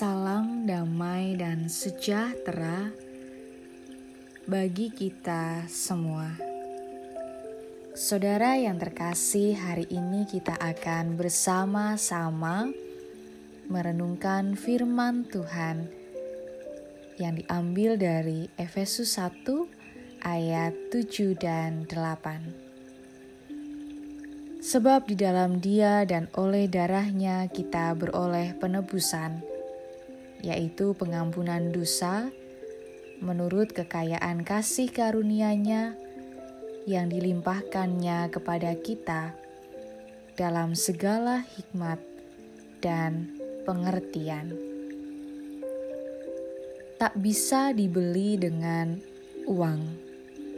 Salam damai dan sejahtera bagi kita semua. Saudara yang terkasih, hari ini kita akan bersama-sama merenungkan firman Tuhan yang diambil dari Efesus 1 ayat 7 dan 8. Sebab di dalam Dia dan oleh darahnya kita beroleh penebusan, yaitu pengampunan dosa, menurut kekayaan kasih karunia-Nya yang dilimpahkannya kepada kita dalam segala hikmat dan pengertian. Tak bisa dibeli dengan uang.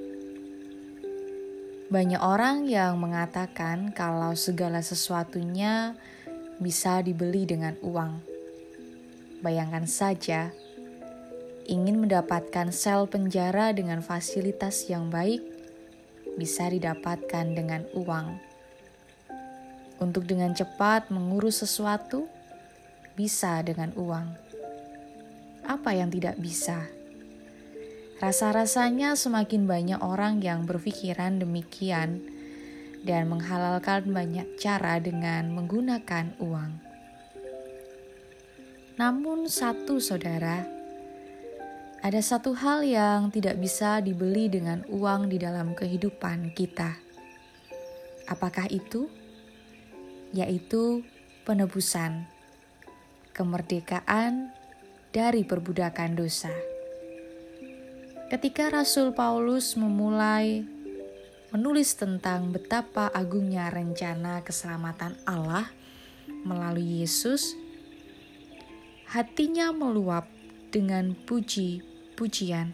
Banyak orang yang mengatakan kalau segala sesuatunya bisa dibeli dengan uang. Bayangkan saja, ingin mendapatkan sel penjara dengan fasilitas yang baik, bisa didapatkan dengan uang. Untuk dengan cepat mengurus sesuatu, bisa dengan uang. Apa yang tidak bisa? Rasa-rasanya semakin banyak orang yang berpikiran demikian dan menghalalkan banyak cara dengan menggunakan uang. Namun saudara, ada satu hal yang tidak bisa dibeli dengan uang di dalam kehidupan kita. Apakah itu? Yaitu penebusan, kemerdekaan dari perbudakan dosa. Ketika Rasul Paulus memulai menulis tentang betapa agungnya rencana keselamatan Allah melalui Yesus, hatinya meluap dengan puji-pujian.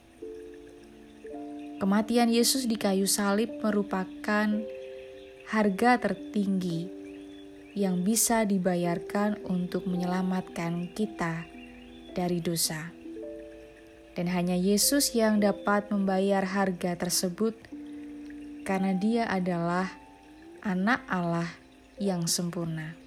Kematian Yesus di kayu salib merupakan harga tertinggi yang bisa dibayarkan untuk menyelamatkan kita dari dosa. Dan hanya Yesus yang dapat membayar harga tersebut karena Dia adalah Anak Allah yang sempurna.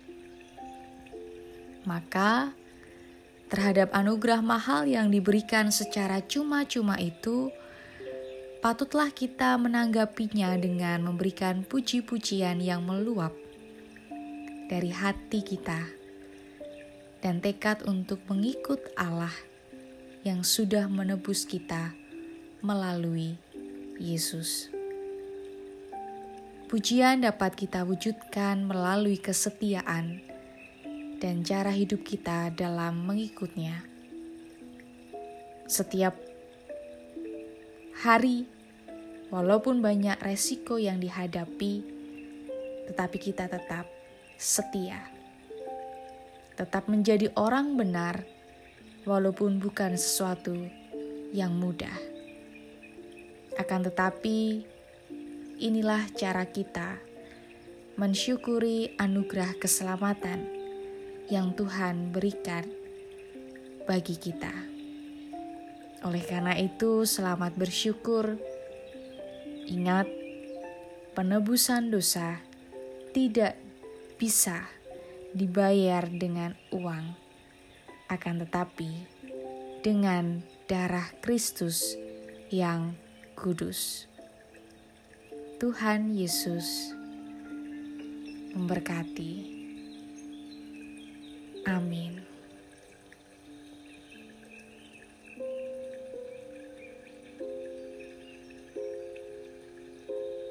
Maka, terhadap anugerah mahal yang diberikan secara cuma-cuma itu, patutlah kita menanggapinya dengan memberikan puji-pujian yang meluap dari hati kita dan tekad untuk mengikut Allah yang sudah menebus kita melalui Yesus. Pujian dapat kita wujudkan melalui kesetiaan dan cara hidup kita dalam mengikutnya. Setiap hari, walaupun banyak resiko yang dihadapi, tetapi kita tetap setia. Tetap menjadi orang benar, walaupun bukan sesuatu yang mudah. Akan tetapi, inilah cara kita mensyukuri anugerah keselamatan yang Tuhan berikan bagi kita. Oleh karena itu, selamat bersyukur. Ingat, penebusan dosa tidak bisa dibayar dengan uang, akan tetapi dengan darah Kristus yang kudus. Tuhan Yesus memberkati. Amin.